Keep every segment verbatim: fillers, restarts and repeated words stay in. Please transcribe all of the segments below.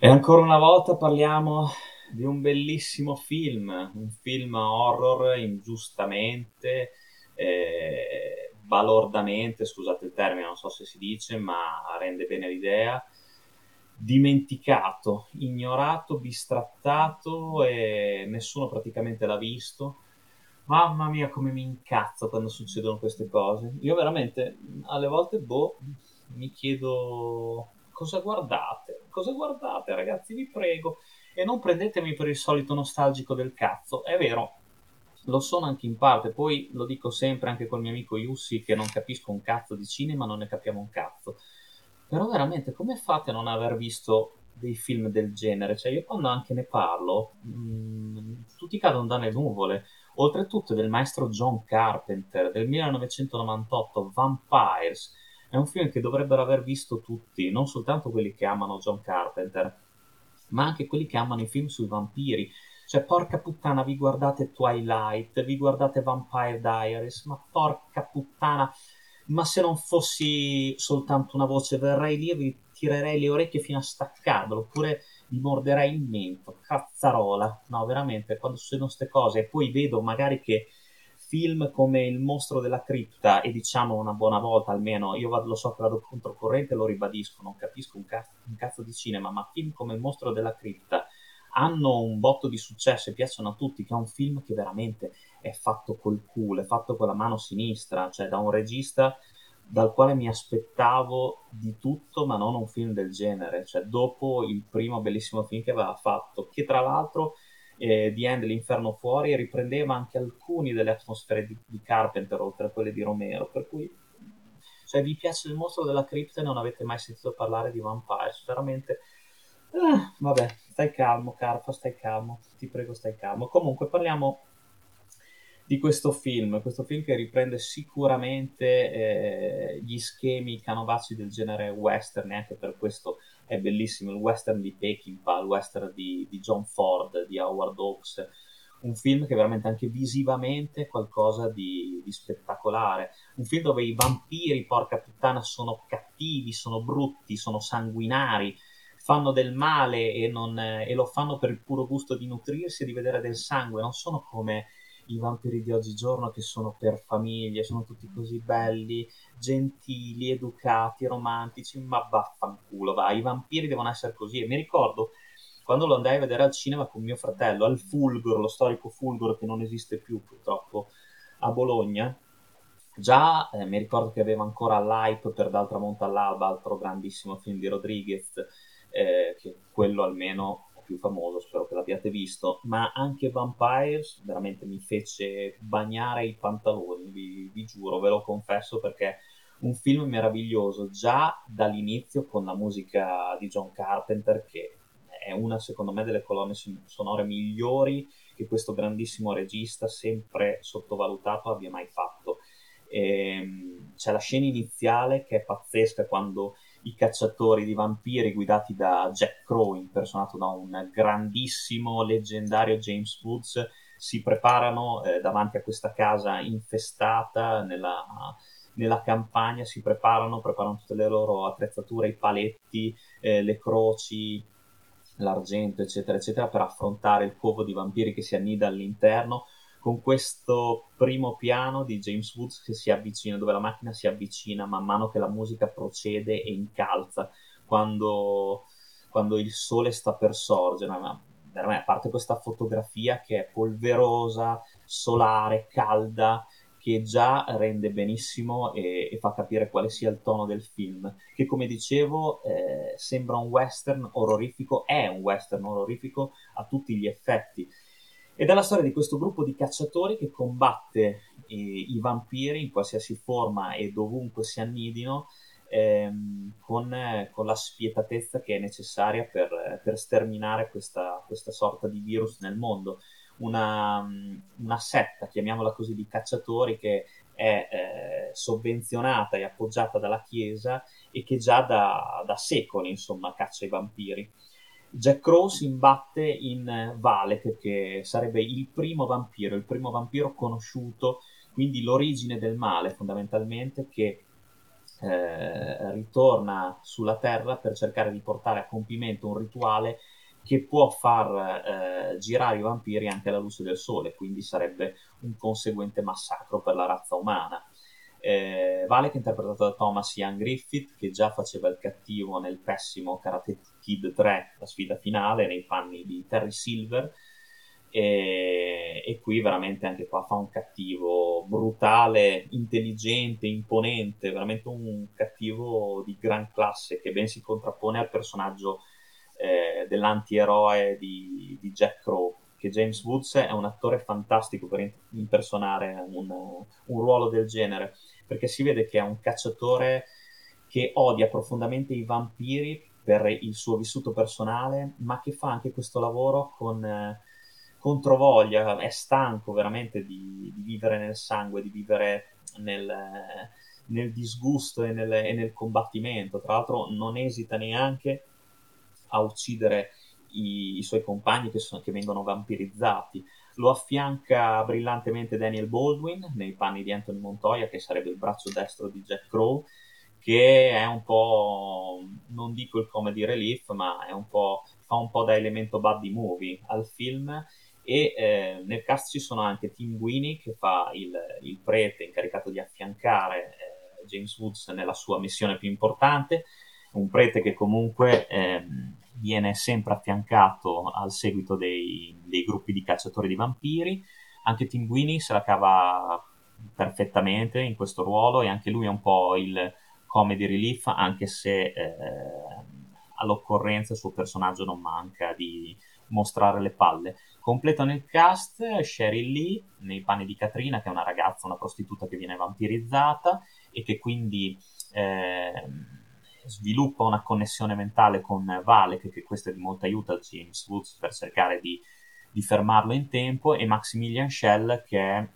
E ancora una volta parliamo di un bellissimo film, un film horror ingiustamente, eh, balordamente, scusate il termine, non so se si dice, ma rende bene l'idea, dimenticato, ignorato, bistrattato e nessuno praticamente l'ha visto. Mamma mia, come mi incazzo quando succedono queste cose. Io veramente, alle volte, boh, mi chiedo cosa guardate? Cosa guardate, ragazzi? Vi prego. E non prendetemi per il solito nostalgico del cazzo. È vero, lo sono anche in parte. Poi lo dico sempre anche col mio amico Yussi che non capisco un cazzo di cinema, non ne capiamo un cazzo. Però veramente, come fate a non aver visto dei film del genere? Cioè, io quando anche ne parlo, mh, tutti cadono dalle nuvole. Oltretutto è del maestro John Carpenter del millenovecentonovantotto, Vampires. È un film che dovrebbero aver visto tutti, non soltanto quelli che amano John Carpenter, ma anche quelli che amano i film sui vampiri. Cioè, porca puttana, vi guardate Twilight, vi guardate Vampire Diaries, ma porca puttana, ma se non fossi soltanto una voce, verrei lì e vi tirerei le orecchie fino a staccarvelo, oppure mi morderei il mento, cazzarola. No, veramente, quando succedono queste cose e poi vedo magari che film come Il mostro della cripta, e diciamo una buona volta almeno, io vado- lo so che vado controcorrente, lo ribadisco, non capisco un cazzo, un cazzo di cinema, ma film come Il mostro della cripta hanno un botto di successo e piacciono a tutti, che è un film che veramente è fatto col culo, è fatto con la mano sinistra, cioè da un regista dal quale mi aspettavo di tutto, ma non un film del genere, cioè dopo il primo bellissimo film che aveva fatto, che tra l'altro eh, The End, L'Inferno Fuori, riprendeva anche alcune delle atmosfere di, di Carpenter, oltre a quelle di Romero, per cui cioè, vi piace il mostro della cripta e non avete mai sentito parlare di Vampires, veramente. Ah, vabbè, stai calmo, Carfa, stai calmo, ti prego, stai calmo. Comunque, parliamo di questo film, questo film che riprende sicuramente eh, gli schemi canovacci del genere western, e anche per questo è bellissimo, il western di Peckinpah, il western di, di John Ford, di Howard Hawks, un film che veramente anche visivamente è qualcosa di, di spettacolare, un film dove i vampiri, porca puttana, sono cattivi, sono brutti, sono sanguinari, fanno del male e, non, e lo fanno per il puro gusto di nutrirsi e di vedere del sangue, non sono come i vampiri di oggigiorno che sono per famiglie, sono tutti così belli, gentili, educati, romantici, ma vaffanculo, va, i vampiri devono essere così. E mi ricordo quando lo andai a vedere al cinema con mio fratello, al Fulgor, lo storico Fulgor che non esiste più purtroppo, a Bologna, già eh, mi ricordo che aveva ancora l'hype per D'altra monta all'alba, altro grandissimo film di Rodriguez, eh, che quello almeno è più famoso, spero che l'abbiate visto, ma anche Vampires veramente mi fece bagnare i pantaloni, vi, vi giuro, ve lo confesso, perché un film meraviglioso già dall'inizio con la musica di John Carpenter, che è una secondo me delle colonne sonore migliori che questo grandissimo regista, sempre sottovalutato, abbia mai fatto. Ehm, c'è la scena iniziale che è pazzesca quando i cacciatori di vampiri guidati da Jack Crow, impersonato da un grandissimo, leggendario James Woods, si preparano eh, davanti a questa casa infestata nella, nella campagna, si preparano, preparano tutte le loro attrezzature, i paletti, eh, le croci, l'argento, eccetera, eccetera, per affrontare il covo di vampiri che si annida all'interno, con questo primo piano di James Woods che si avvicina, dove la macchina si avvicina man mano che la musica procede e incalza, quando, quando il sole sta per sorgere. Ma veramente, a parte questa fotografia che è polverosa, solare, calda, che già rende benissimo e, e fa capire quale sia il tono del film, che come dicevo eh, sembra un western orrorifico, è un western orrorifico a tutti gli effetti. Ed è la storia di questo gruppo di cacciatori che combatte i, i vampiri in qualsiasi forma e dovunque si annidino, ehm, con, eh, con la spietatezza che è necessaria per, per sterminare questa, questa sorta di virus nel mondo. Una, una setta, chiamiamola così, di cacciatori che è eh, sovvenzionata e appoggiata dalla Chiesa e che già da, da secoli, insomma, caccia i vampiri. Jack Crow si imbatte in Valek, che sarebbe il primo vampiro, il primo vampiro conosciuto, quindi l'origine del male fondamentalmente, che eh, ritorna sulla Terra per cercare di portare a compimento un rituale che può far eh, girare i vampiri anche alla luce del sole, quindi sarebbe un conseguente massacro per la razza umana. Eh, Valek è interpretato da Thomas Ian Griffith, che già faceva il cattivo nel pessimo Karate Kid tre, la sfida finale, nei panni di Terry Silver, e, e qui veramente anche qua fa un cattivo brutale, intelligente, imponente, veramente un cattivo di gran classe che ben si contrappone al personaggio eh, dell'antieroe di, di Jack Crow, che James Woods è un attore fantastico per impersonare un, un ruolo del genere, perché si vede che è un cacciatore che odia profondamente i vampiri per il suo vissuto personale, ma che fa anche questo lavoro con eh, controvoglia, è stanco veramente di, di vivere nel sangue, di vivere nel, eh, nel disgusto e nel, e nel combattimento. Tra l'altro non esita neanche a uccidere i, i suoi compagni che, sono, che vengono vampirizzati. Lo affianca brillantemente Daniel Baldwin nei panni di Anthony Montoya, che sarebbe il braccio destro di Jack Crow, che è un po', non dico il comedy relief, ma è un po', fa un po' da elemento buddy movie al film. E eh, nel cast ci sono anche Tim Guini, che fa il, il prete incaricato di affiancare eh, James Woods nella sua missione più importante, un prete che comunque ehm, viene sempre affiancato al seguito dei, dei gruppi di cacciatori di vampiri. Anche Tim Guini se la cava perfettamente in questo ruolo, e anche lui è un po' il comedy relief, anche se eh, all'occorrenza il suo personaggio non manca di mostrare le palle. Completano il cast Sheryl Lee nei panni di Katrina, che è una ragazza, una prostituta che viene vampirizzata e che quindi eh, sviluppa una connessione mentale con Valek, che questo è di molto aiuto a James Woods per cercare di, di fermarlo in tempo, e Maximilian Schell, che è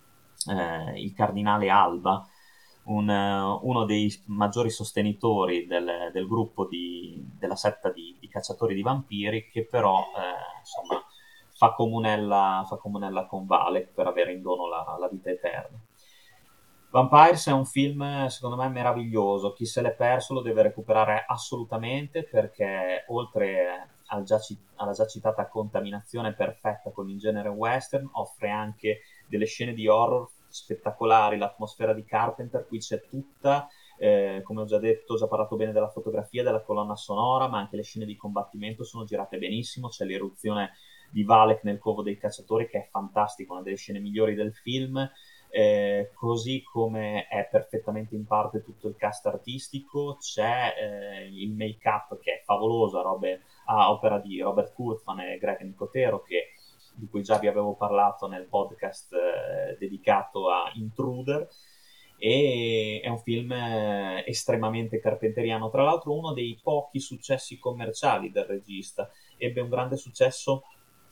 eh, il cardinale Alba, un, uh, uno dei maggiori sostenitori del, del gruppo di, della setta di, di cacciatori di vampiri, che però eh, insomma fa comunella, fa comunella con Valek per avere in dono la, la vita eterna. Vampires è un film secondo me meraviglioso, chi se l'è perso lo deve recuperare assolutamente, perché oltre al già ci- alla già citata contaminazione perfetta con il genere western, offre anche delle scene di horror spettacolari, l'atmosfera di Carpenter qui c'è tutta, eh, come ho già detto, ho già parlato bene della fotografia, della colonna sonora, ma anche le scene di combattimento sono girate benissimo, c'è l'eruzione di Valek nel covo dei cacciatori che è fantastico, una delle scene migliori del film, eh, così come è perfettamente in parte tutto il cast artistico. C'è eh, il make-up che è favoloso a, robe, a opera di Robert Kurtzman e Greg Nicotero, che, di cui già vi avevo parlato nel podcast eh, dedicato a Intruder, e è un film eh, estremamente carpenteriano, tra l'altro uno dei pochi successi commerciali del regista. Ebbe un grande successo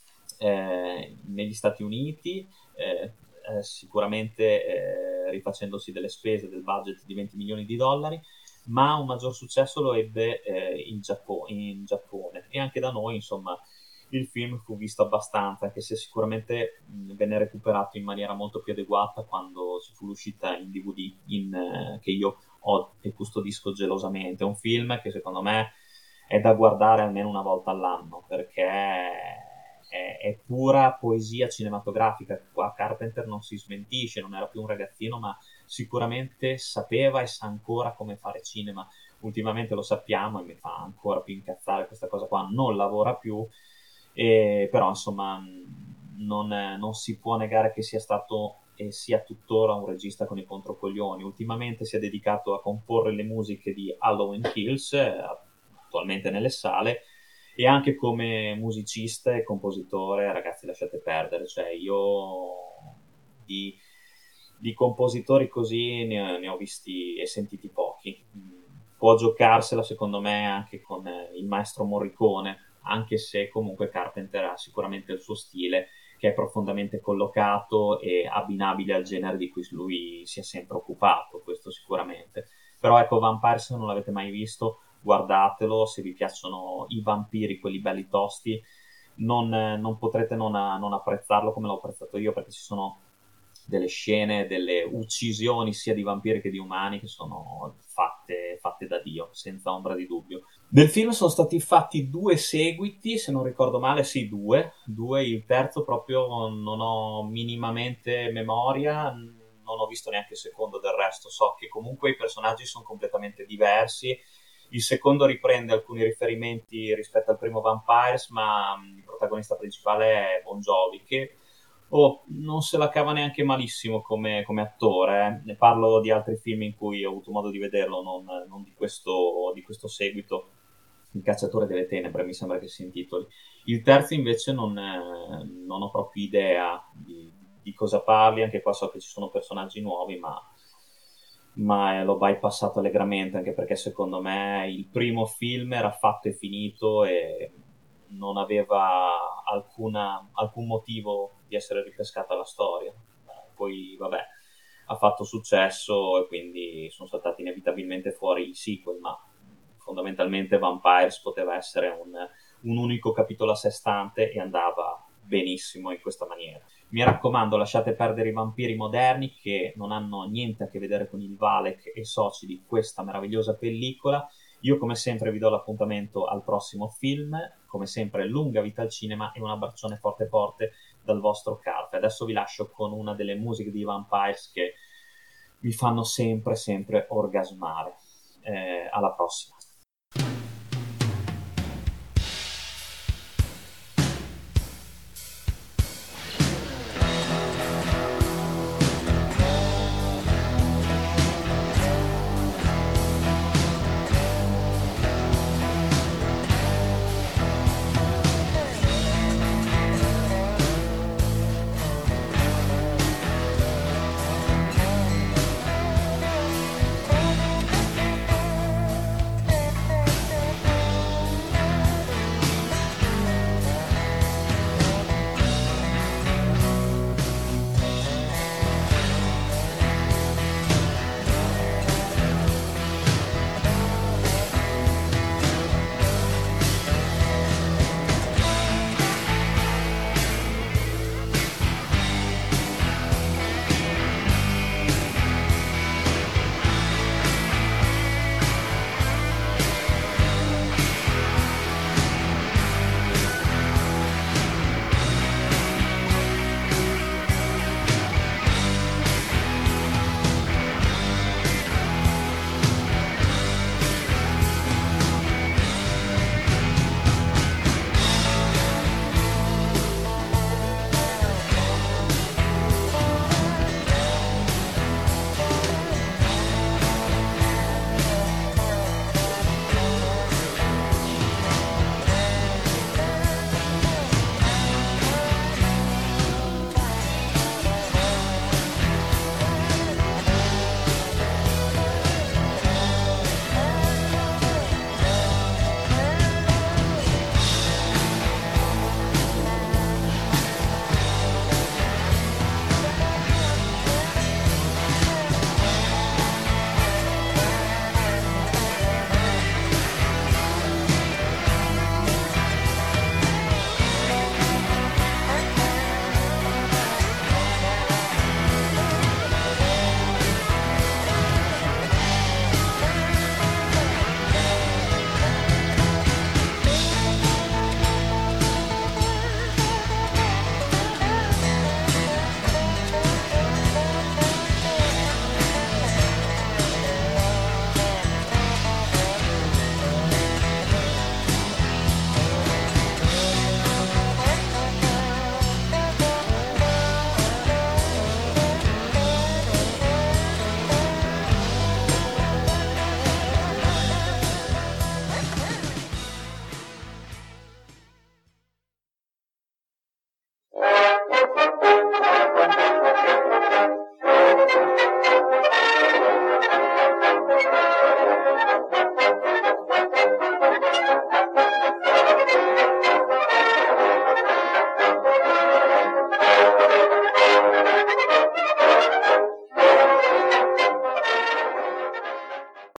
eh, negli Stati Uniti, eh, eh, sicuramente eh, rifacendosi delle spese del budget di venti milioni di dollari, ma un maggior successo lo ebbe eh, in, Giappo- in Giappone, e anche da noi, insomma, il film fu visto abbastanza, anche se sicuramente mh, venne recuperato in maniera molto più adeguata quando ci fu l'uscita in D V D, in, eh, che io ho e custodisco gelosamente. È un film che secondo me è da guardare almeno una volta all'anno, perché è, è pura poesia cinematografica. Qua Carpenter non si smentisce, non era più un ragazzino, ma sicuramente sapeva e sa ancora come fare cinema. Ultimamente lo sappiamo e mi fa ancora più incazzare questa cosa qua, non lavora più, e, però insomma non, non si può negare che sia stato e sia tuttora un regista con i controcoglioni. Ultimamente si è dedicato a comporre le musiche di Halloween Kills, eh, attualmente nelle sale, e anche come musicista e compositore, ragazzi, lasciate perdere. Cioè, io di, di compositori così ne, ne ho visti e sentiti pochi. Può giocarsela, secondo me, anche con eh, il maestro Morricone, anche se comunque Carpenter ha sicuramente il suo stile, che è profondamente collocato e abbinabile al genere di cui lui si è sempre occupato, questo sicuramente. Però ecco, Vampire, se non l'avete mai visto, guardatelo. Se vi piacciono i vampiri, quelli belli tosti, non, non potrete non, a, non apprezzarlo come l'ho apprezzato io, perché ci sono delle scene, delle uccisioni sia di vampiri che di umani che sono fatte, fatte da Dio, senza ombra di dubbio. Del film sono stati fatti due seguiti, se non ricordo male, sì, due. Due, il terzo proprio non ho minimamente memoria, non ho visto neanche il secondo, del resto so che comunque i personaggi sono completamente diversi. Il secondo riprende alcuni riferimenti rispetto al primo Vampires, ma il protagonista principale è Bon Jovi, che oh, non se la cava neanche malissimo come, come attore. Eh. Ne parlo di altri film in cui ho avuto modo di vederlo, non, non di, questo, di questo seguito. Il cacciatore delle tenebre mi sembra che si intitoli. Il terzo invece non, eh, non ho proprio idea di, di cosa parli, anche qua so che ci sono personaggi nuovi, ma, ma eh, l'ho bypassato allegramente, anche perché secondo me il primo film era fatto e finito e non aveva alcuna, alcun motivo di essere ripescata la storia. Poi, vabbè, ha fatto successo e quindi sono saltati inevitabilmente fuori i sequel, ma fondamentalmente Vampires poteva essere un, un unico capitolo a sé stante e andava benissimo in questa maniera. Mi raccomando, lasciate perdere i vampiri moderni che non hanno niente a che vedere con il Valek e soci di questa meravigliosa pellicola. Io come sempre vi do l'appuntamento al prossimo film, come sempre lunga vita al cinema e un abbraccione forte forte dal vostro Carpe. Adesso vi lascio con una delle musiche di Vampires che mi fanno sempre sempre orgasmare. Eh, alla prossima.